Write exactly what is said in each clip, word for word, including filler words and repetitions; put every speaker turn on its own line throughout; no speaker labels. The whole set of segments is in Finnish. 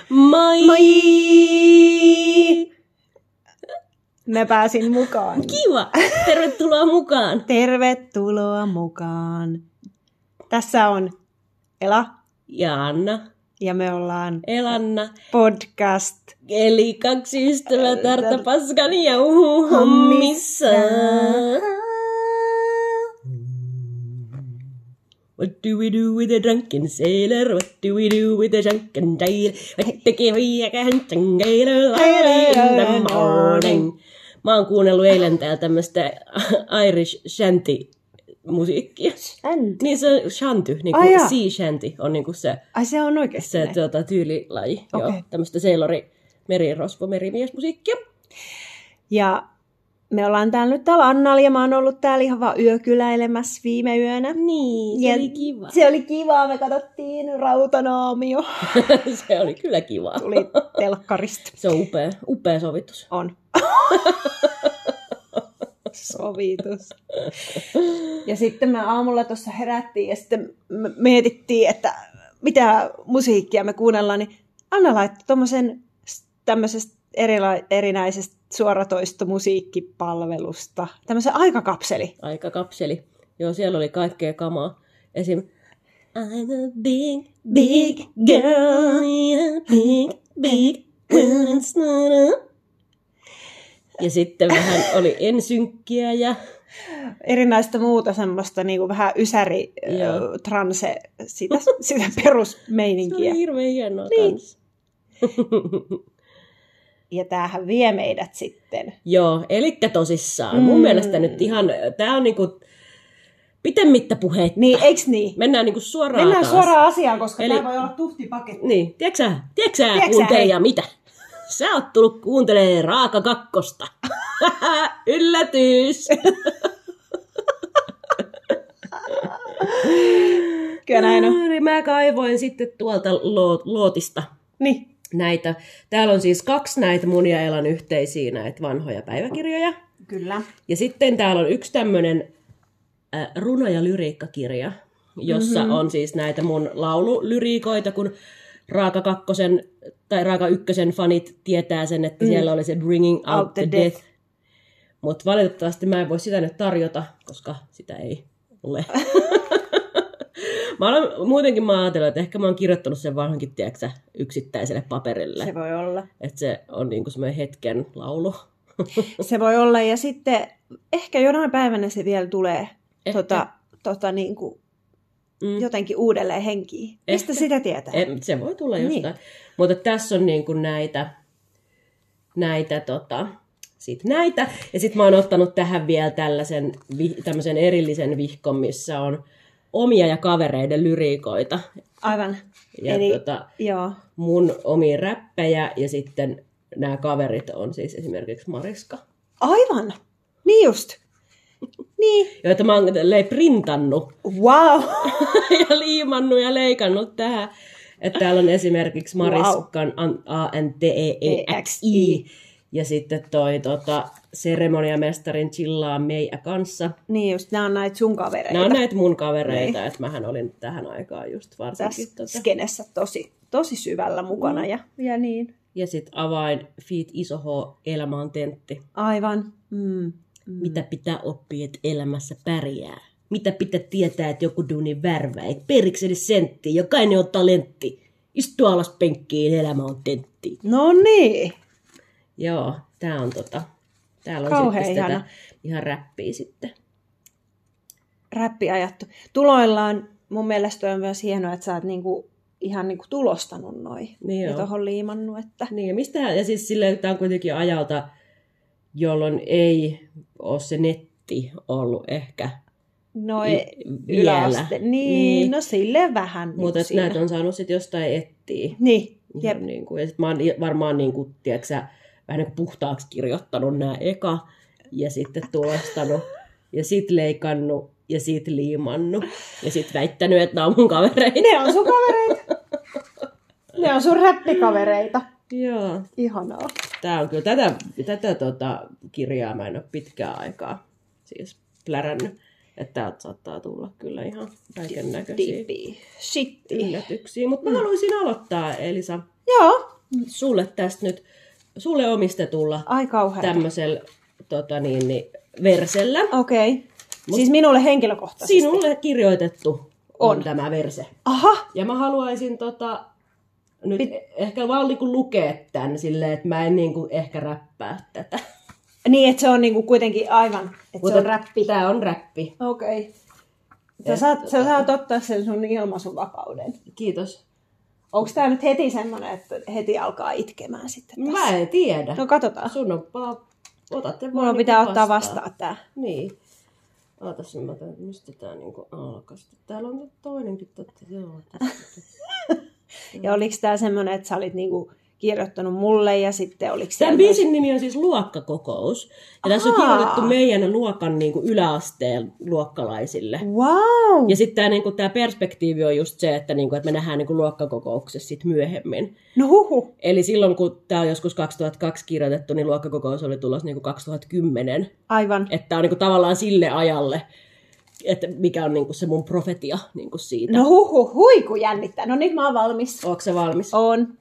Moi!
Moi! Mä pääsin mukaan.
Kiva! Tervetuloa mukaan!
Tervetuloa mukaan. Tässä on Ela
Ja Anna.
ja me ollaan
Elanna.
podcast.
Eli kaksi ystävää tartta paskan ja uhu hommissa. What do we do with a drunken sailor? What do we do with a drunken jailer? What the we can in the morning. Mä oon kuunnellut eilen täällä tämmöstä Irish shanty-musiikkia.
Shanty?
Niin se on shanty, niin kuin
Ai
sea shanty on niinku se,
Ai se on oikeesti
se
näin?
tuota, tyylilaji.
Okei.
Joo, tämmöstä sailori, merirosvo, merimiesmusiikkia.
Ja me ollaan täällä nyt täällä Annalla ja mä oon ollut täällä ihan vaan yökyläilemässä viime yönä.
Niin, se
Ja
oli kiva.
Se oli kivaa, me katsottiin Rautanaamio.
Se oli kyllä kiva.
Tuli telkkarista.
Se on upea, upea sovitus.
On. Sovitus. Ja sitten me aamulla tuossa herättiin ja sitten me mietittiin, että mitä musiikkia me kuunnellaan, niin Anna laittoi tuommoisen tämmöisestä erila- erinäisestä suoratoistomusiikkipalvelusta, tämmöisen aikakapseli.
Aikakapseli. Joo, siellä oli kaikkea kamaa. Esim. I'm a big, big girl, a big, big girl. Ja sitten vähän oli ensynkkiä ja...
Erinäistä muuta semmoista niin kuin vähän ysäri,
Joo.
transe, sitä, sitä
Se
perusmeininkiä.
oli hirveän hienoa
Niin.
kans.
Ja tämähän vie meidät sitten.
Joo, elikkä tosissaan.
Mm.
Mun mielestä nyt ihan, tää on niinku pitemmittä puheita.
Niin, eiks niin?
Mennään niinku suoraan
Mennään
taas.
suoraan asiaan, koska
Eli-
tämä voi olla tuhtipaketti.
Niin, tiedätkö sä, tiedätkö sä
Tiedätkö sä,
kuuntelija
hei?
mitä? Sä oot tullut kuuntelemaan Raaka kakkosta. Yllätys!
Kyllä näin on.
Niin mä kaivoin sitten tuolta lo- lootista
Niin.
näitä. Täällä on siis kaksi näitä mun ja Elan yhteisiä näitä vanhoja päiväkirjoja.
Kyllä.
Ja sitten täällä on yksi tämmönen äh, runo- ja lyriikkakirja, jossa mm-hmm. on siis näitä mun laululyriikoita, kun Raaka kakkosen tai Raaka ykkösen fanit tietää sen, että mm. siellä oli se Bringing Out,
Out
the,
the
Death.
Death.
Mutta valitettavasti mä en voi sitä nyt tarjota, koska sitä ei ole. Mä olen, muutenkin mä ajatellut, että ehkä mä oon kirjoittanut sen vanhankin, tiedätkö, yksittäiselle paperille.
Se voi olla.
Että se on niinku semmoinen hetken laulu.
Se voi olla. Ja sitten ehkä jonain päivänä se vielä tulee
Ehkä.
tota, tota, niin kuin
Mm.
jotenkin uudelleen henkiin. Mistä
Ehkä.
sitä tietää?
En, se voi tulla
Niin.
jostain. Mutta tässä on niinku näitä, näitä, tota, sit näitä. Ja sitten mä oon ottanut tähän vielä tällaisen, vi, tämmöisen erillisen vihkon, missä on omia ja kavereiden lyriikoita.
Aivan.
Ja
Eli,
tota,
joo.
mun omia räppejä ja sitten nämä kaverit on siis esimerkiksi Mariska.
Aivan. Niin just. Niin.
Joita mä oon tälleen printannut
Wow.
ja liimannut ja leikannut tähän. Että täällä on esimerkiksi Mariskan A N T E E X I ja sitten toi tota, seremoniamestarin Chillaa meidän kanssa.
Niin just, nämä on näitä sun kavereita.
Nämä on näitä mun kavereita,
Niin.
että mähän olin tähän aikaan just varsinkin.
Tässä
Tota.
skenessä tosi, tosi syvällä mukana.
Mm.
Ja, ja niin.
Ja sitten avain Feet Iso H, elämä on tentti.
Aivan. Mm. Mm.
Mitä pitää oppia, että elämässä pärjää? Mitä pitää tietää, että joku duuni värvää? Eikä periksi edes sentti, jokainen on talentti. Istu alas penkkiin, elämä on tentti.
No niin.
Joo, tää on tota... Täällä on
Kauhean
sitten
ihana.
tätä ihan räppiä sitten.
Räppi ajattu. Tuloillaan mun mielestä on myös hienoa, että sä oot niinku, ihan niinku tulostanut noi.
Niin
ja
joo.
tohon liimannut. Että...
Niin, ja mistä, ja siis silleen, tää on kuitenkin ajalta, jolloin ei ole se netti ollut ehkä
No
I-
ei,
vielä.
yläaste. Niin,
Niin.
niin, no silleen vähän.
Mutta
niin
näitä on saanut sitten jostain etsiä.
Niin, jep.
Ihan niin kuin, ja sit mä oon varmaan niin kuin, tiedätkö, sä, vähän niin kuin puhtaaksi kirjoittanut nämä eka, ja sitten tulostanut, ja sitten leikannut, ja sitten liimannut, ja sitten väittänyt, että nämä on mun kavereita.
Ne on sun kavereita. Ne on sun räppikavereita.
Joo.
Ihanaa.
Tää on kyllä, tätä, tätä tota, kirjaa mä en ole pitkään aikaa siis plärännyt. Että täältä saattaa tulla kyllä ihan kaiken näköisiä
Dipi. Shitti.
yllätyksiä. Mutta mä haluaisin aloittaa, Elisa.
Joo.
sulle tästä nyt, sulle omistetulla
Ai kauheeta.
tämmöisellä tota niin, niin, versellä.
Okei. Okay. Siis minulle henkilökohtaisesti?
Sinulle kirjoitettu on,
on
tämä verse.
Aha.
Ja mä haluaisin tota, nyt
Pit...
ehkä vaan niinku lukea tämän silleen, että mä en niinku ehkä räppää tätä.
Niin, että se on niinku kuitenkin aivan, että
Mutta
se on räppi.
Tää on räppi.
Okei. Okay. Sä, saat, sä saat ottaa sen sun ilmaisuvapauden.
Kiitos.
Onko tää nyt heti semmonen, että heti alkaa itkemään sitten tässä?
Mä en tiedä.
No katsotaan.
Sun on vaan, otatte vaan
Mulla
niinku
pitää
vastaan.
ottaa vastaan tää.
Niin. Ootas, mä tämän, mistä tää niinku alkas. Täällä on toinenkin totta. Joo,
Ja oliks tää semmonen, että sä olit niinku kirjoittanut mulle ja sitten oliks
Tämän
siellä
biisin nimi on siis Luokkakokous. Ja tässä on
Ahaa.
kirjoitettu meidän luokan niin kuin yläasteen luokkalaisille.
Wow!
Ja sitten tämä niin kuin, perspektiivi on just se, että, niin kuin, että me nähdään niin kuin luokkakokouksessa sit myöhemmin.
No huhu.
Eli silloin, kun tämä on joskus kaksituhattakaksi kirjoitettu, niin luokkakokous oli tulossa niin kuin kaksituhattakymmenen.
Aivan.
Että tämä on niin kuin, tavallaan sille ajalle, että mikä on niin kuin, se mun profetia niin kuin siitä.
No huhu, huiku jännittää. No nyt mä oon valmis.
Ootko sä valmis?
On.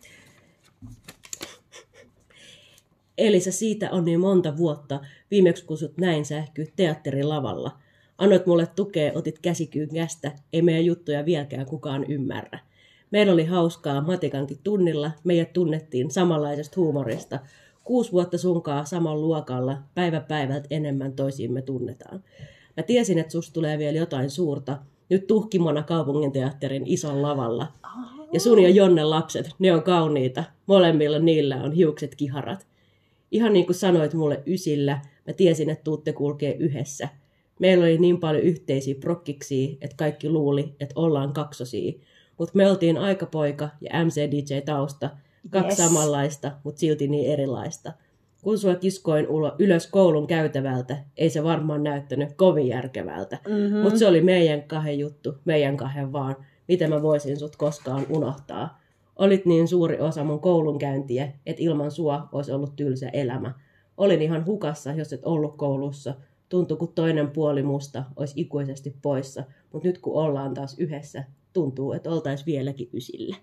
Elisa, siitä on niin monta vuotta, viimeksi kun sut näin sähkyy teatterilavalla. Annoit mulle tukea, otit käsikyyn kästä, ei meidän juttuja vieläkään kukaan ymmärrä. Meillä oli hauskaa matikankin tunnilla, meidät tunnettiin samanlaisesta huumorista. Kuusi vuotta sunkaa saman luokalla, päivä päivältä enemmän toisiimme tunnetaan. Mä tiesin, että susta tulee vielä jotain suurta, nyt tuhkimona kaupunginteatterin ison lavalla. Ja sun ja Jonne lapset, ne on kauniita, molemmilla niillä on hiukset kiharat. Ihan niin kuin sanoit mulle ysillä, mä tiesin, että tuutte kulkee yhdessä. Meillä oli niin paljon yhteisiä prokkiksia, että kaikki luuli, että ollaan kaksosia. Mutta me oltiin aikapoika ja M C D J-tausta. Kaksi
Yes.
samanlaista, mutta silti niin erilaista. Kun sua kiskoin ulo, ylös koulun käytävältä, ei se varmaan näyttänyt kovin järkevältä.
Mm-hmm.
Mutta se oli meidän kahden juttu, meidän kahden vaan. Miten mä voisin sut koskaan unohtaa? Olit niin suuri osa mun koulunkäyntiä, että ilman sua olisi ollut tylsä elämä. Olin ihan hukassa, jos et ollut koulussa. Tuntui, kun toinen puoli musta olisi ikuisesti poissa. Mutta nyt kun ollaan taas yhdessä, tuntuu, että oltais vieläkin ysillä.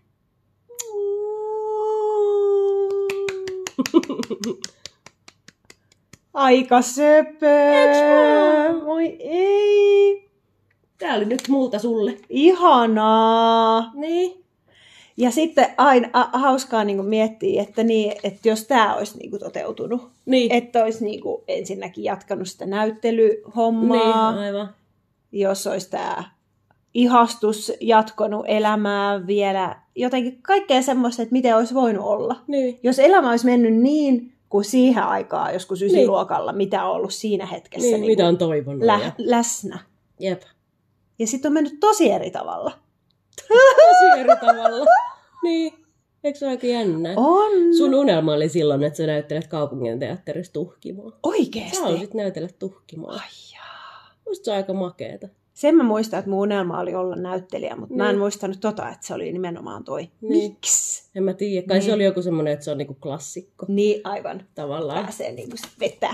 Aika söpö. Voi ei.
Tää oli nyt multa sulle.
Ihanaa.
Niin.
Ja sitten aina a, hauskaa niin miettiä, että, niin, että jos tämä olisi niin toteutunut,
Niin.
että olisi niin ensinnäkin jatkanut sitä näyttelyhommaa,
Niin, aivan.
jos olisi tämä ihastus jatkonut elämää vielä, jotenkin kaikkea semmoista, että miten olisi voinut olla.
Niin.
Jos elämä olisi mennyt niin kuin siihen aikaan, joskus
Niin.
ysiluokalla, mitä on ollut siinä hetkessä
Niin,
niin
mitä on toivonut.
lä-
ja...
läsnä.
Jep.
Ja sitten on mennyt tosi eri tavalla.
Tosi eri tavalla. Niin. Eikö se ole aika jännä?
On.
Sun unelma oli silloin, että sä näyttelet kaupunginteatterissa Tuhkimoa.
Oikeesti?
Sä haluaisit näytellä Tuhkimoa.
Ai jaa.
Musta se on aika makeeta.
Sen mä muistan, että mun unelma oli olla näyttelijä, mutta
Niin.
mä en muistanut tota, että se oli nimenomaan toi.
Niin.
Miksi?
En mä tiedä. Kai
Niin.
se oli joku semmoinen, että se on niinku klassikko.
Niin, aivan.
Tavallaan.
Pääsee niinku sit vetää.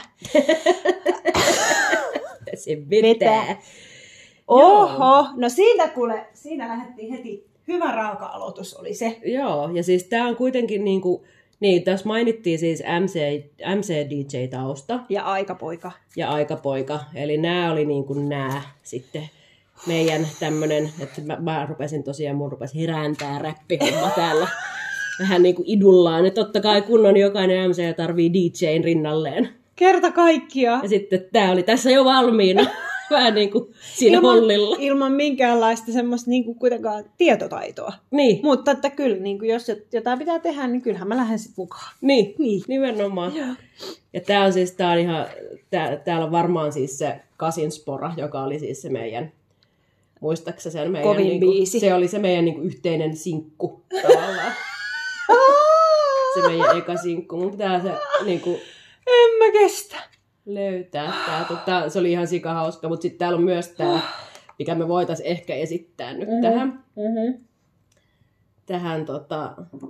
Se vetää.
Vetää. Oho, no siitä kuule, siinä lähdettiin heti. Hyvä raaka-aloitus oli se.
Joo, ja siis tää on kuitenkin niinku... Niin, tässä mainittiin siis M C, M C D J-tausta
Ja aikapoika.
ja aikapoika. Eli nämä oli niinku nää sitten meidän tämmönen, että mä, mä rupesin tosiaan, mun rupesi herääntää räppihomma täällä vähän niinku idullaan. Että totta kai kunnon jokainen M C tarvii D J:n rinnalleen.
Kerta kaikkia.
Ja sitten tää oli tässä jo valmiina. Vähän niinku siinä
ilman,
hollilla.
ilman minkäänlaista semmoista niinku kuitenkaan tietotaitoa.
Niin,
Mutta että kyllä, niinku, jos jotain pitää tehdä, niin kyllähän mä lähden sitten mukaan.
niin,
Niin.
nimenomaan.
Joo.
Ja tää on siis, tää on ihan, tää, täällä on varmaan siis se Kasinspora, joka oli siis se meidän, muistaaksä sen meidän,
Kovin
niinku,
biisi.
se oli se meidän niinku yhteinen sinkku tavallaan. Se meidän eka sinkku. Mun pitää se niinku
En mä kestä.
löytää. Tää, tota, se oli ihan sikahauska, mutta sitten täällä on myös tää, mikä me voitais ehkä esittää nyt
Mhm.
tähän.
Mm-hmm.
Tähän tota...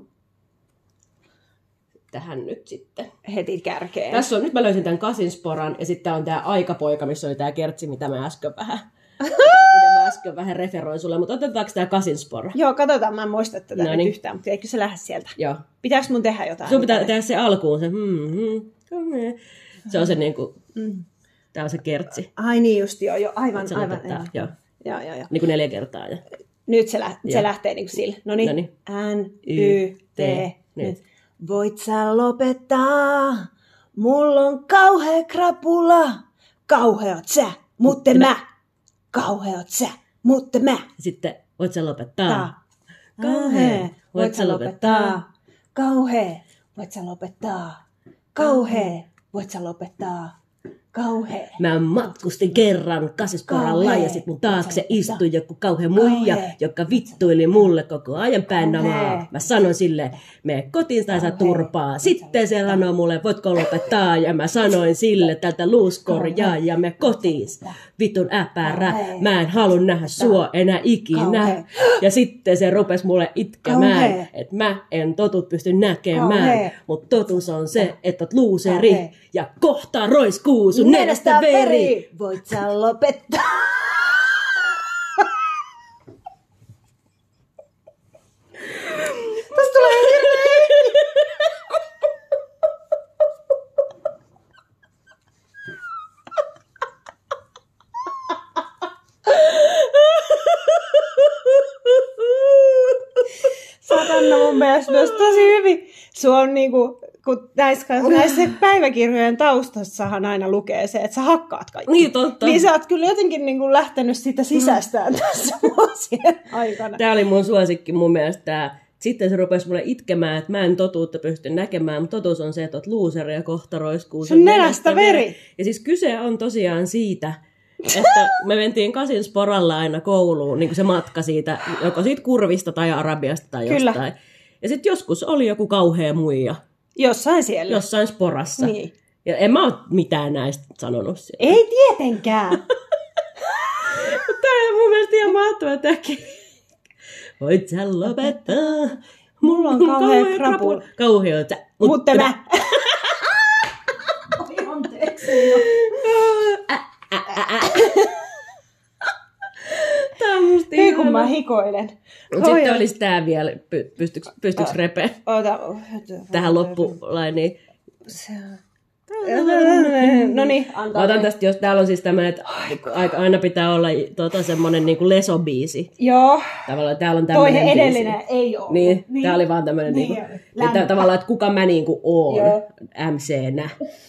Tähän nyt sitten.
Heti kärkeen.
Tässä on, nyt mä löysin tämän Kasinsporan ja sitten tää on tää aikapoika, missä oli tää kertsi, mitä mä äsken vähän, mitä mä äsken vähän referoin sulle, mutta otetaanko tää Kasinspora?
Joo, katsotaan, mä en muista tätä
No
nyt
niin.
yhtään, mutta eikö se lähde sieltä?
Joo.
Pitääkö mun tehdä jotain?
Sun pitää tehdä se alkuun, se hmm, hmm, se on se niinku,
Mm.
tää on se kertsi.
Ai niin just, joo, joo aivan,
Se
aivan.
lopettaa, joo.
Joo, joo, joo.
Niinku neljä kertaa. Ja.
Nyt se, lä- se
Joo.
lähtee niin kuin sillä. Noniin.
Noniin.
N, Y, T, nyt. Voit sä lopettaa, mulla on kauhea krapula. Kauheat sä, mutta mä. Kauheat sä, mutta mä.
Sitten voit sä lopettaa.
Tää. Kauhea, voit sä lopettaa. Kauhea, voit sä lopettaa. Kauhea, voit sä lopettaa. Kauhea.
Mä matkustin kerran Kasisporalla
Kauhea.
ja sit mun taakse istui joku kauhea muija,
Kauhea.
joka vittuili mulle koko ajan päin
Kauhea.
namaa. Mä sanoin sille, mene kotiin tai saa turpaa. Sitten se sanoi mulle, voitko lopettaa? Ja mä sanoin sille, tältä luuskorjaa ja me kotiin. Vitun äpärä,
Kauhea.
mä en halua nähdä sua enää ikinä.
Kauhea.
Ja sitten se rupesi mulle itkemään,
Kauhea.
että mä en totut pysty näkemään.
Kauhea.
Mutta totuus on se, että oot luuseri
Kauhea.
ja kohta roiskuu sun nenästä veri.
Voit sä lopettaa. Tästä tulee hirveä. Sä oot Anna mun mielestä myös tosi hyvin. Sua on niinku, kun näissä, näissä päiväkirjojen taustassahan aina lukee se, että sä hakkaat kaikki.
Niin, totta.
Niin sä oot kyllä jotenkin niinku lähtenyt sitä sisästään mm. tässä vuosien aikana.
Tää oli mun suosikki mun mielestä tää. Sitten se rupesi mulle itkemään, että mä en totuutta pysty näkemään, mutta totuus on se, että oot luuseri ja kohta roiskuu
Sun nenästä veri.
Ja siis kyse on tosiaan siitä, että me mentiin Kasinsporalla aina kouluun, niin kuin se matka siitä, joko siitä kurvista tai Arabiasta tai
Kyllä.
jostain. Ja sitten joskus oli joku kauhea muija
Jossain siellä.
jossain sporassa.
Niin.
Ja en mä oo mitään näistä sanonut siellä.
Ei tietenkään.
Tää on mun mielestä ihan mahtava tämäkin. Voit sä lopettaa.
Mulla on kauhea krapula.
Kauhea sä.
Mutta mä. Oi anteeksi.
Tää on musta
Hei kun
ihana.
mä hikoilen.
Mut sitten olisi tää vielä. Py- Pystyks, pystyks repeä
Ota.
tähän loppulainiin?
No niin, antaa.
Mä otan tästä, jos täällä on siis tämmönen, että aika- aina pitää olla tota, semmonen niinku lesobiisi.
Joo.
Tavallaan täällä on tämmönen
Toinen
biisi.
edellinen ei oo.
Niin, niin, tää oli vaan tämmönen
niin,
niinku,
lämpö.
että tavallaan, että kuka mä niinku oon
Joo.
M C-nä.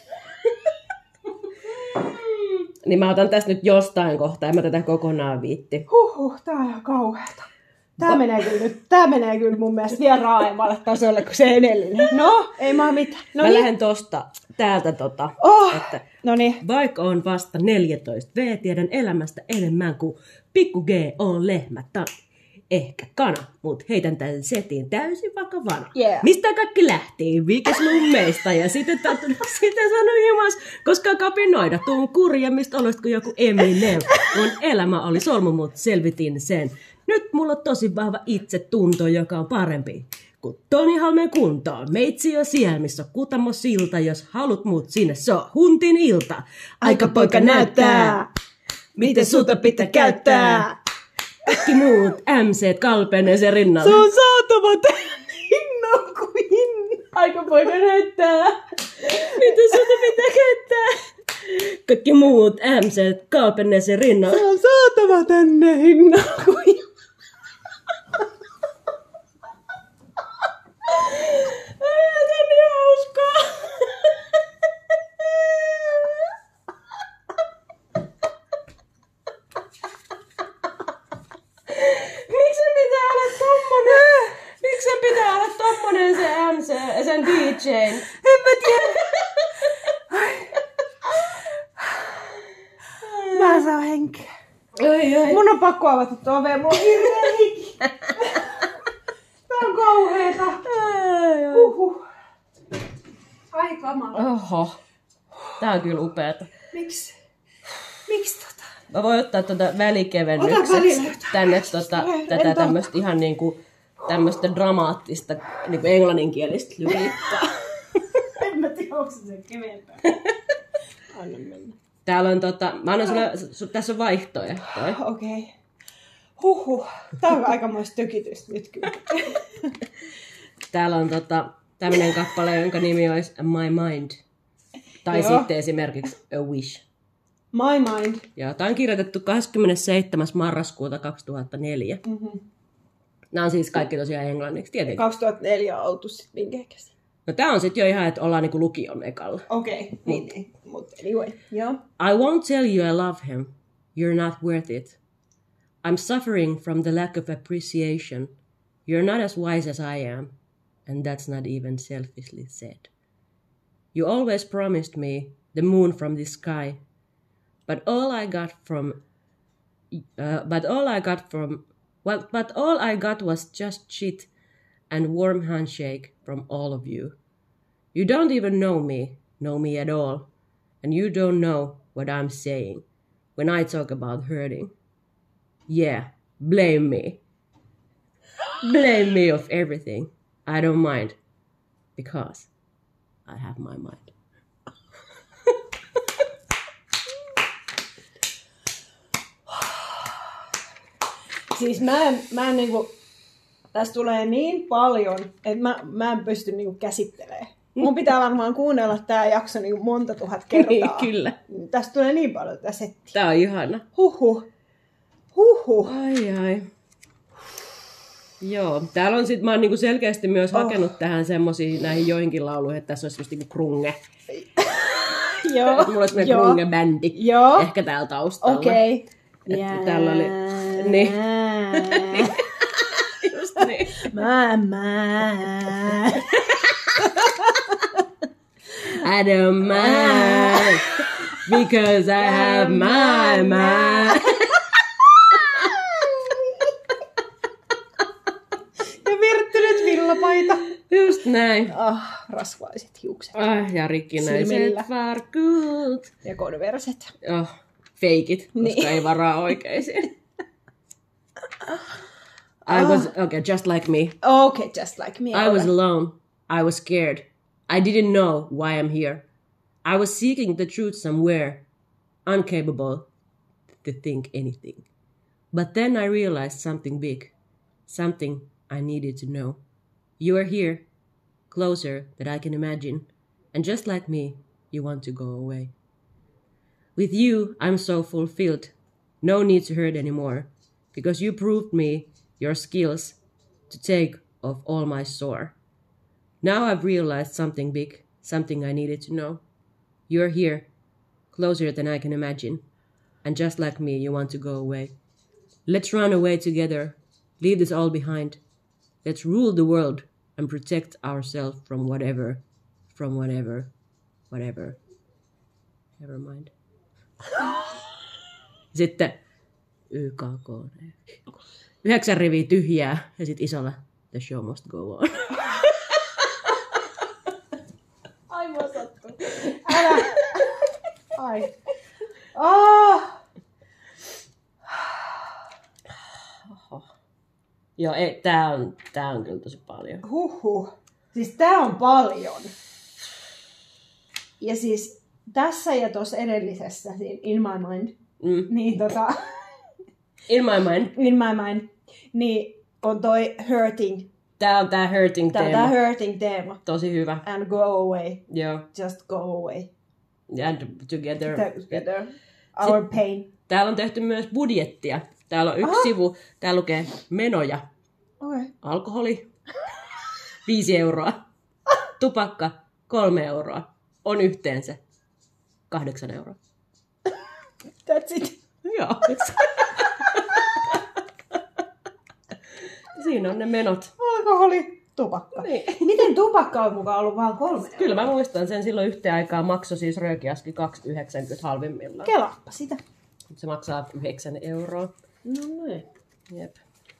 Niin mä otan tästä nyt jostain kohtaa, en mä tätä kokonaan viitti.
Huhhuh, tää on ihan kauheata. Tää menee kyllä nyt, tää menee kyllä mun mielestä vielä raaemmalle tasolle kuin se edellinen. No, ei maa mitään. No
Mä
niin.
lähden tosta, täältä tota,
Oh,
että
no niin.
vaikka on vasta neljätoista V, tiedän elämästä enemmän kuin pikku G on lehmä tai ehkä kana, mut heitän tän setin täysin vakavana.
Yeah.
Mistä kaikki lähti? Viikeslummeista ja sitten, sitten sanoi himas, koska kapinoida tuun kurjemmista oloista kuin joku Eminem. Mun elämä oli solmu, mut selvitin sen. Nyt mulla on tosi vahva itsetunto, joka on parempi kuin Toni Halmeen kuntoon. Meitsi on siellä, missä on Kutamo silta. Jos halut mut sinne, se on huntin ilta. Aika poika näyttää, miten sulta pitää käyttää. Kaikki muut M C kalpenee se rinnalla.
Se on saatava tämän hinnan kuin hinnan.
Aika poika näyttää, miten sulta pitää käyttää. Kaikki muut M C kalpenee se rinnalla.
Se on saatava tänne hinnan kuin
Ai, se on niin hauskaa. Miksi se pitää olla tommonen? Miksi se pitää olla tommonen se M C, sen D J:n?
En mä tiedä. Mä en saa henkeä.
Ai, ai.
Mun on pakko avata tuo oveen, mulla on hirveä hiki. Tää on kauheeta.
Ai, ai.
Huhhuh. Ai kamala.
Oho. Tää on kyllä upeata.
Miksi? Miksi tota?
Mä voin ottaa tuota
Ota
välikevennykseksi
välillä jotain.
tänne tota,
En
tätä
to-
tämmöstä ihan niinku tämmöstä dramaattista niinku englanninkielistä lyriikkaa.
En mä tiedä, onko se sen kevempää. Anna mennä.
Täällä on tota, mä annan sulle, su, tässä on vaihtoehtoja.
Okei. Okay. Huhhuh. Tää on aikamoista tökitystä nyt kyllä.
Täällä on tota, tämmöinen kappale, jonka nimi olisi My Mind. Tai
Joo.
sitten esimerkiksi A Wish.
My Mind.
Ja tämä on kirjoitettu kahdeskymmenesseitsemäs marraskuuta kaksituhattaneljä.
Mm-hmm.
Nämä on siis kaikki tosiaan englanniksi, tietenkin.
kaksituhattaneljä on oltu sitten minkäkäsi.
No tää on sitten jo ihan, että ollaan niinku lukion ekalla.
Okei, okay. niin, niin. Mutta anyway, joo.
I won't tell you I love him. You're not worth it. I'm suffering from the lack of appreciation. You're not as wise as I am. And that's not even selfishly said. You always promised me the moon from the sky. But all I got from... Uh, but all I got from... Well, but all I got was just shit and warm handshake from all of you. You don't even know me, know me at all. And you don't know what I'm saying when I talk about hurting. Yeah, blame me. Blame me of everything. I don't mind. Because I have my mind.
Siis mä en, mä en niinku, tässä tulee niin paljon, että mä, mä en pysty niinku käsittelemään. Mun pitää varmaan kuunnella tää jakso niinku monta tuhat kertaa.
Niin, kyllä.
Tästä tulee niin paljon tätä settiä.
Tää on ihana.
Huhhuh. Huhhuh.
Ai ai. Joo, täällä on sit, mä oon niinku selkeästi myös
Oh.
hakenut tähän semmosia näihin joihinkin lauluihin, että tässä olisi semmoista niinku krunge.
Joo.
Mulla olisi meidän
Joo.
krunge-bändi.
Joo.
Ehkä täällä taustalla.
Okei.
Että täällä oli... Niin. Just niin.
Mä, mä.
I don't mind. Because I have my mind.
Ja virttynyt villapaita.
Just näin.
Ah, rasvaiset hiukset.
Ah, ja rikkinäiset
Silmillä.
farkut.
Ja konverset.
Oh, feikit, koska
Niin.
ei varaa oikeisiin. I was, okay, just like me.
Okay, just like me.
I was alone. I was scared. I didn't know why I'm here. I was seeking the truth somewhere, incapable to think anything. But then I realized something big, something I needed to know. You are here, closer than I can imagine, and just like me, you want to go away. With you, I'm so fulfilled. No need to hurt anymore, because you proved me your skills to take off all my sore. Now I've realized something big, something I needed to know. You're here, closer than I can imagine, and just like me, you want to go away. Let's run away together, leave this all behind. Let's rule the world and protect ourselves from whatever, from whatever, whatever. Never mind. Sitten Y K K. Yhdeksän riviä tyhjää ja sitten isolla The show must go on.
Ai mua sattuu. Älä. Ai. Oh.
Joo, ei, tää on, tää on kyllä tosi paljon.
Huhhuh. Siis tää on paljon. Ja siis tässä ja tuossa edellisessä, siinä In My Mind,
Mm.
niin tota,
In my mind.
In My Mind, niin on toi hurting.
Tää on tää hurting
Tää on
teema.
tää hurting teema.
Tosi hyvä.
And go away.
Joo.
Just go away.
And together.
Together. Our
Sit-
pain.
Täällä on tehty myös budjettia. Täällä on yksi
Aha.
sivu. Täällä lukee menoja.
Okei. Okay.
Alkoholi. Viisi euroa. Tupakka. Kolme euroa. On yhteensä kahdeksan euroa.
That's it.
Joo. Siinä on ne menot.
Alkoholi, tupakka.
Niin.
Miten tupakka on mukaan ollut vaan kolme euroa?
Kyllä mä muistan sen silloin yhteen aikaan maksoi siis röökiaski kaksi yhdeksänkymmentä halvimmillaan.
Kelaappa sitä.
Se maksaa yhdeksän euroa.
No niin.
Jep.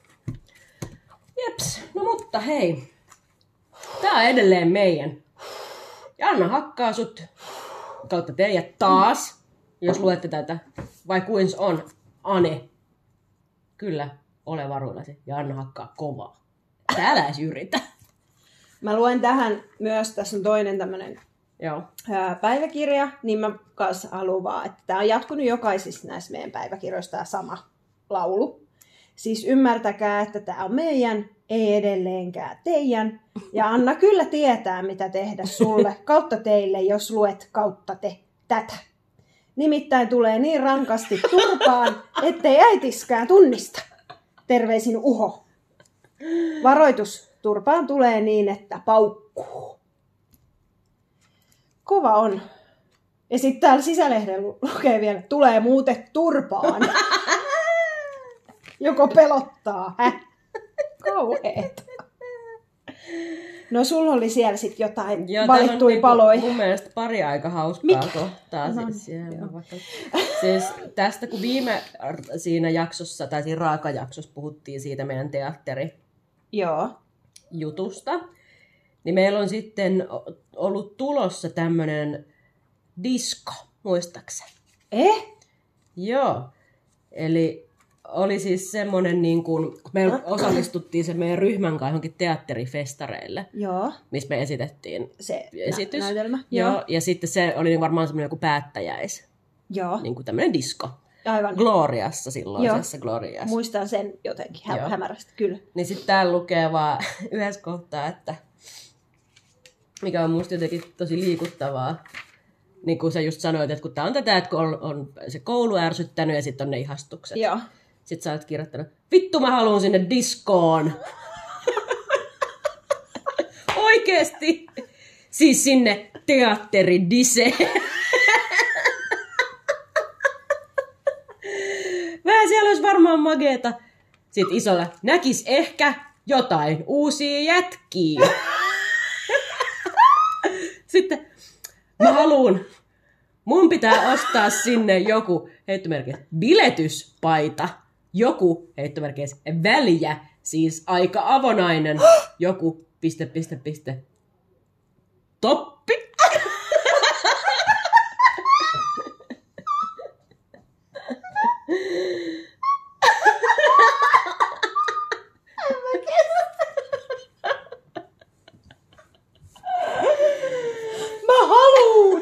Jeps. No mutta hei. Tää on edelleen meidän. Ja Anna hakkaa sut kautta teidät taas. Jos luette tätä. Vai kuins on Ane. Kyllä. Ole varuillasi. Ja Anna hakkaa kovaa. Täällä edes yritä.
Mä luen tähän myös, tässä on toinen tämmönen
Joo.
ää, päiväkirja, niin mä kanssa haluan vaan, että tää on jatkunut jokaisissa näissä meidän päiväkirjoissa tää sama laulu. Siis ymmärtäkää, että tämä on meidän, ei edelleenkään teidän. Ja Anna kyllä tietää, mitä tehdä sulle kautta teille, jos luet kautta te tätä. Nimittäin tulee niin rankasti turpaan, ettei äitiskään tunnista. Terveisin Uho. Varoitus, turpaan tulee niin, että paukkuu. Kova on. Ja sitten täällä sisälehden lukee vielä, tulee muuten turpaan. Joko pelottaa, häh? Kauheeta. No sulla oli siellä sitten jotain
Joo,
valittui
niinku,
paloja.
mun mielestä pari aika hauskaa
Mikä?
kohtaa.
No,
Siis,
joo.
vaikka, siis tästä kun viime siinä jaksossa, tai siinä raakajaksossa puhuttiin siitä meidän teatterijutusta,
Joo.
niin meillä on sitten ollut tulossa tämmönen disko, muistaakseni?
Eh?
Joo. Eli oli siis semmoinen, niin kuin, kun me osallistuttiin sen meidän ryhmän kanssa johonkin teatterifestareille,
Joo.
missä me esitettiin
Se
esitys.
nä- näytelmä.
Joo.
Joo.
Ja sitten se oli niin varmaan semmoinen joku päättäjäis,
Joo.
niin kuin tämmöinen disko.
Aivan.
Gloriassa silloisessa Gloriassa.
Muistan sen jotenkin hä-
Joo.
hämärästi, kyllä.
Niin sitten täällä lukee vaan yhdessä kohtaa, että mikä on musta jotenkin tosi liikuttavaa. Niin kuin sä just sanoit, että kun tää on tätä, että kun on, on se koulu ärsyttänyt ja sitten on ne ihastukset.
Joo.
Sitten sä oot kirjoittanut, vittu mä haluun sinne diskoon. Oikeesti. Siis sinne teatteridiseen. Vähän siellä olisi varmaan mageeta. Sitten isolla näkis ehkä jotain uusia jätkiä. Sitten mä haluun. Mun pitää ostaa sinne joku, heittomerkeissä, biletyspaita. Joku, heittomerkeissä, väljä, siis aika avonainen. Joku, piste, piste, piste. Toppi.
Mä haluun!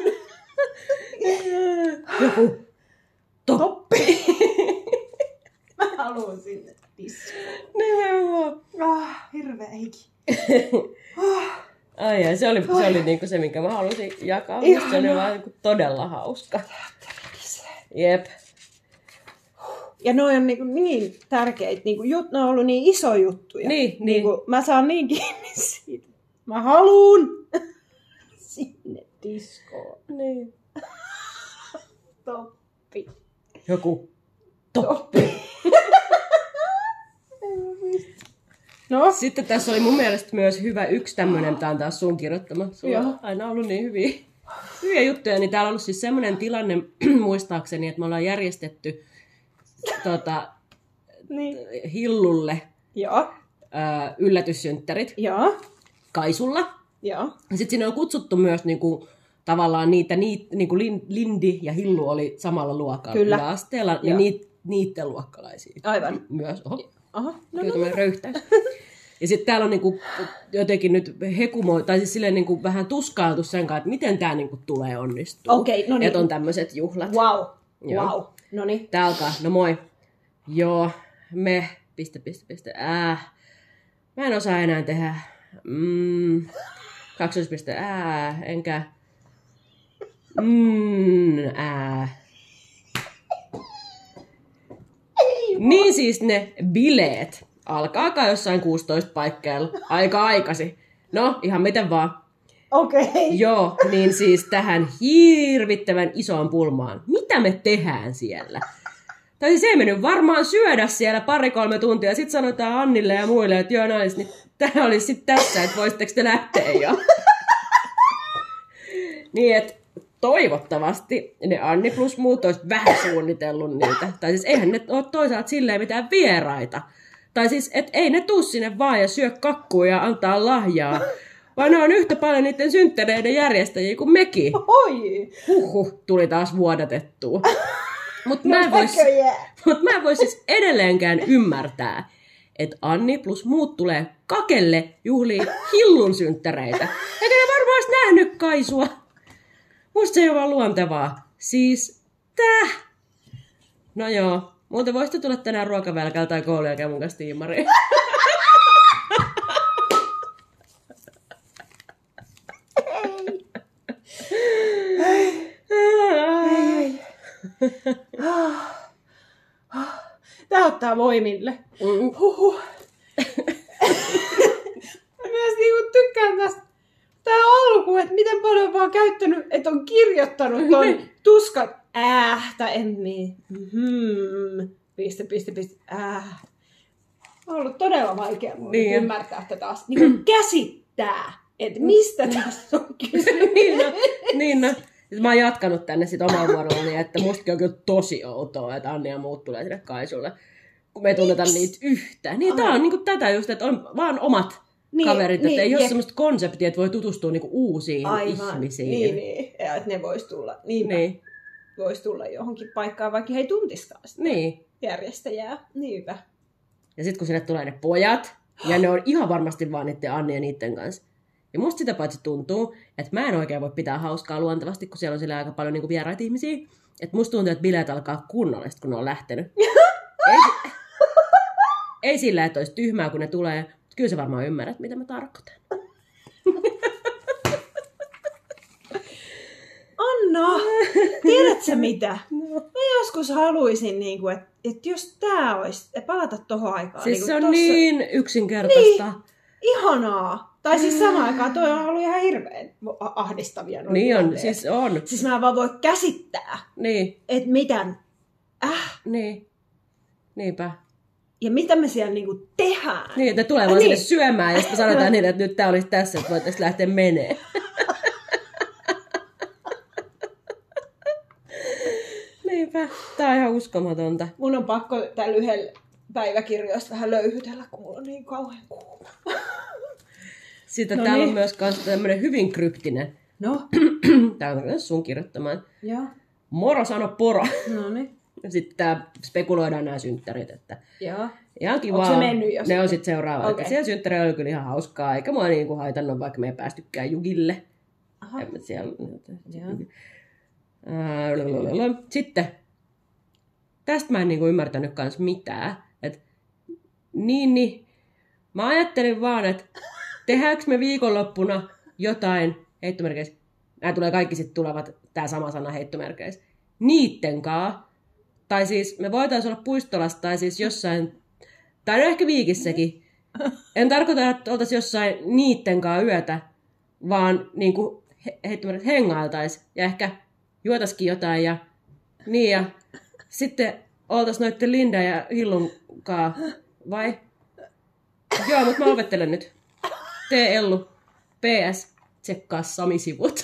Joku toppi.
Mä haluun sinne diskoon.
Nimenomaan.
Ah, hirveä hiki.
Ai ai, se oli, se, oli niinku se, minkä mä halusin jakaa.
Ihanaa.
Se oli vaan niinku todella hauska. Jep.
Ja ne on niin, niin tärkeitä, niin kuin, jut, ne on ollut niin iso juttuja.
Niin,
niin. Kuin, mä saan niin kiinni siitä. Mä haluun sinne diskoon.
Niin.
Toppi.
Joku toppi.
No?
Sitten tässä oli mun mielestä myös hyvä yksi tämmönen, tää on taas sun kirjoittama. Sulla on aina ollut niin hyviä, hyviä juttuja. Niin täällä on ollut siis semmoinen tilanne muistaakseni, että me ollaan järjestetty tota,
Niin.
Hillulle
Joo.
ää, yllätyssynttärit
Joo.
Kaisulla.
Joo.
Sitten sinne on kutsuttu myös niinku, tavallaan niitä, niit, niinku Lin- Lindi ja Hillu oli samalla luokalla
Kyllä.
yläasteella, niin
Joo.
niit, niitten luokkalaisia
Aivan.
myös. Oho,
Aha. No,
kyllä
no,
tämmöinen röyhtäys. Ja sitten täällä on niinku jotenkin nyt hekumo, tai siis silleen niinku vähän tuskailtu sen kanssa, että miten tämä niinku tulee onnistua.
Okei, no niin.
Että on tämmöiset juhlat.
Wow.
Joo.
Wow. No niin.
Tää alkaa, no moi. Joo, me, piste, piste, piste, ää. Mä en osaa enää tehdä. Mm, kaksoispiste, ää, enkä. Mm, ää. Niin siis ne bileet alkaa jossain kuusitoista paikkeilla aika aikasi. No, ihan miten vaan.
Okei. Okay.
Joo, niin siis tähän hirvittävän isoon pulmaan. Mitä me tehdään siellä? Tai siis ei mennyt varmaan syödä siellä pari-kolme tuntia. Sitten sanotaan Annille ja muille, että joo nais, niin tämä olisi sitten tässä, että voisitteko te lähteä jo. Niin, että toivottavasti ne Anni plus muut olisi vähän suunnitellut niitä. Tai siis eihän ne ole toisaalta silleen mitään vieraita. Tai siis, että ei ne tuu sinne vaan ja syö kakkua ja antaa lahjaa. Vaan ne on yhtä paljon niiden synttäreiden järjestäjiä kuin mekin.
Oi.
Huhhuh, tuli taas vuodatettua. Mutta mä en
No,
vois,
näköjään.
mut mä en vois siis edelleenkään ymmärtää, että Anni plus muut tulee kakelle juhliin Hillun synttäreitä. Eikä ne varmaan olisi nähnyt Kaisua. Musta se ei ole vaan luontevaa. Siis, tää? No joo, Muuten voisitte tulla tänään ruokavälkällä tai koulun jälkeen mun kanssa tiimariin.
Tää ottaa voimille.
Mm.
Huhhuh. Mä myös niinku tykkään tästä tää alku, että miten paljon mä oon käyttänyt, että on kirjoittanut ton tuskan äh tai emmi. Mm-hmm. Piste, piste, piste, äh. On ollut todella vaikea mun niin. ymmärtää tätä taas. Niin käsittää, että mistä tässä on kysymys.
niin, no, niin no. Mä oon jatkanut tänne sit omalla vuorollani, että mustakin on kyllä tosi outoa, että Anni ja muut tulee sinne Kaisulle, kun me ei tunneta niitä yhtään. Niin tää on niinku tätä just, että on vaan omat niin, kaverit, että niin, ei ole semmoista konseptia, että voi tutustua niinku uusiin Aivan. ihmisiin.
Niin, niin. Ja että ne vois tulla, niinpä, niin. vois tulla johonkin paikkaan, vaikka he ei tuntiskaan sitä niin. järjestäjää. Niinpä.
Ja sit kun sinne tulee ne pojat, ja ne on ihan varmasti vaan niiden Anni ja niiden kanssa. Ja musta sitä paitsi tuntuu, että mä en oikein voi pitää hauskaa luontevasti, kun siellä on sillä aika paljon niinku vieraita ihmisiä. Että musta tuntuu, että bileet alkaa kunnolla, kun ne on lähtenyt. ei, ei sillä, että olisi tyhmää, kun ne tulee. Kyllä sä varmaan ymmärrät, mitä mä tarkoitan.
Anna, tiedätkö mitä? No. Mä joskus haluaisin, niin että, että jos tää olisi, palata tohon aikaan.
Siis
niin
se on
tossa...
niin yksinkertaista.
Niin, ihanaa. Tai siis samaan aikaan toi on ollut ihan hirveän ahdistavia.
Niin on, tilanteet. Siis on.
Siis mä en vaan voi käsittää,
niin.
että miten, äh.
Niin, niinpä.
Ja mitä me siellä niinku tehdään.
Niin, että ne tulee vaan niin. sinne syömään ja sitten sanotaan niille, että nyt tää olisi tässä, että voitaisiin lähteä menee. Niinpä, tää on ihan uskomatonta.
Mun on pakko tällä yhdellä päiväkirjoista vähän löyhytellä, kun mulla on niin kauhean kuuma.
Sitten no täällä niin. on myös tämmönen hyvin kryptinen.
No.
Tää on myös sun kirjoittamaan.
Joo.
Moro sano poro.
No niin.
Sitten tää spekuloidaan nämä synttärit, että
joo.
ihan kiva.
Onko se mennyt jo?
Ne on sitten seuraava.
Okay.
Siellä synttäreillä oli kyllä ihan hauskaa, eikä mua niinku haitannut, vaikka me ei päästykään jugille.
Aha.
Siellä... Sitten, tästä mä en niinku ymmärtänyt kans mitään. Et, niin, niin, mä ajattelin vaan, että tehdäänkö me viikonloppuna jotain, heittomerkeissä, nämä tulee kaikki sitten tulevat, tää sama sana heittomerkeissä, niittenkaa. Tai siis me voitaisiin olla Puistolassa tai siis jossain, tai no ehkä Viikissäkin. En tarkoita, että oltaisiin jossain niittenkaa yötä, vaan niinku he, heittomerkeissä hengailtaisiin ja ehkä juotaisikin jotain ja niin ja sitten oltaisiin noitten Linda ja Hillun kaa, vai? Joo, mutta mä opettelen nyt. Tee Ellu. P S. Tsekkaa Sami-sivut.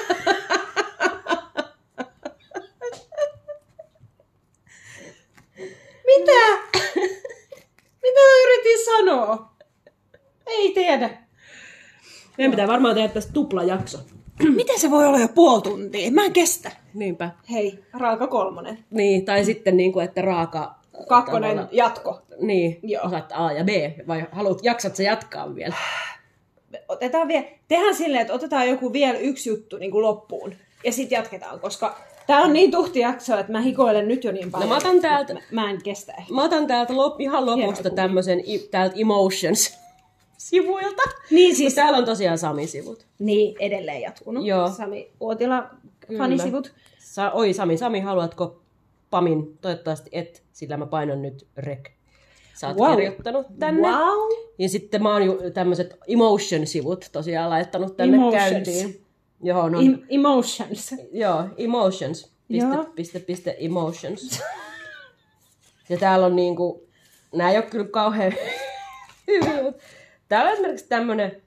Mitä? Mitä mä yritin sanoa? Ei tiedä.
Meidän pitää varmaan tehdä tästä tuplajakso.
Miten se voi olla jo puoli tuntia? Mä en kestä.
Niinpä.
Hei, raaka kolmonen.
Niin, tai sitten niin kuin, että raaka...
Kakkonen tavalla... jatko.
Niin, joo. Osaat A ja B. Vai haluat, jaksat sä jatkaa vielä?
Otetaan vielä, tehdään silleen, että otetaan joku vielä yksi juttu niin kuin loppuun. Ja sitten jatketaan, koska tää on niin tuhti jakso, että mä hikoilen nyt jo niin paljon.
No mä otan täältä...
Mä, mä en kestä ehkä.
Mä otan täältä lop, ihan lopusta tämmösen, täältä Emotions sivuilta.
Niin siis...
Täällä on tosiaan Sami-sivut.
Niin, edelleen jatkunut.
Joo.
Sami Uotila, fanisivut.
Sa- Oi Sami, Sami, haluatko Pamin? Toivottavasti et, sillä mä painan nyt rek. Sä oot wow. kirjoittanut tänne.
Wow.
Ja sitten mä oon ju tämmöset Emotion-sivut tosiaan laittanut tänne
Emotions.
käyntiin. Joo, no.
Em- emotions.
Joo, Emotions. Piste,
Joo.
piste, piste, Emotions. Ja täällä on niinku, nää ei oo kyllä kauhean hyviä, mutta täällä on esimerkiksi tämmönen.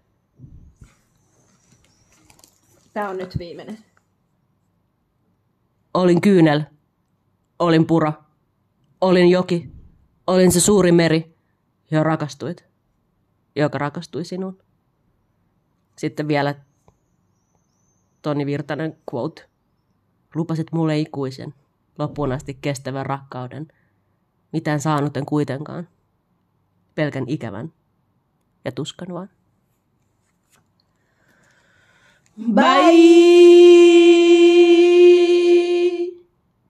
Tää on nyt viimeinen.
Olin kyynel, olin puro, olin joki, olin se suuri meri, johon rakastuit, joka rakastui sinuun. Sitten vielä Toni Virtanen quote. Lupasit mulle ikuisen, loppuun asti kestävän rakkauden. Mitään saanut en kuitenkaan. Pelkän ikävän ja tuskan vaan.
Bye!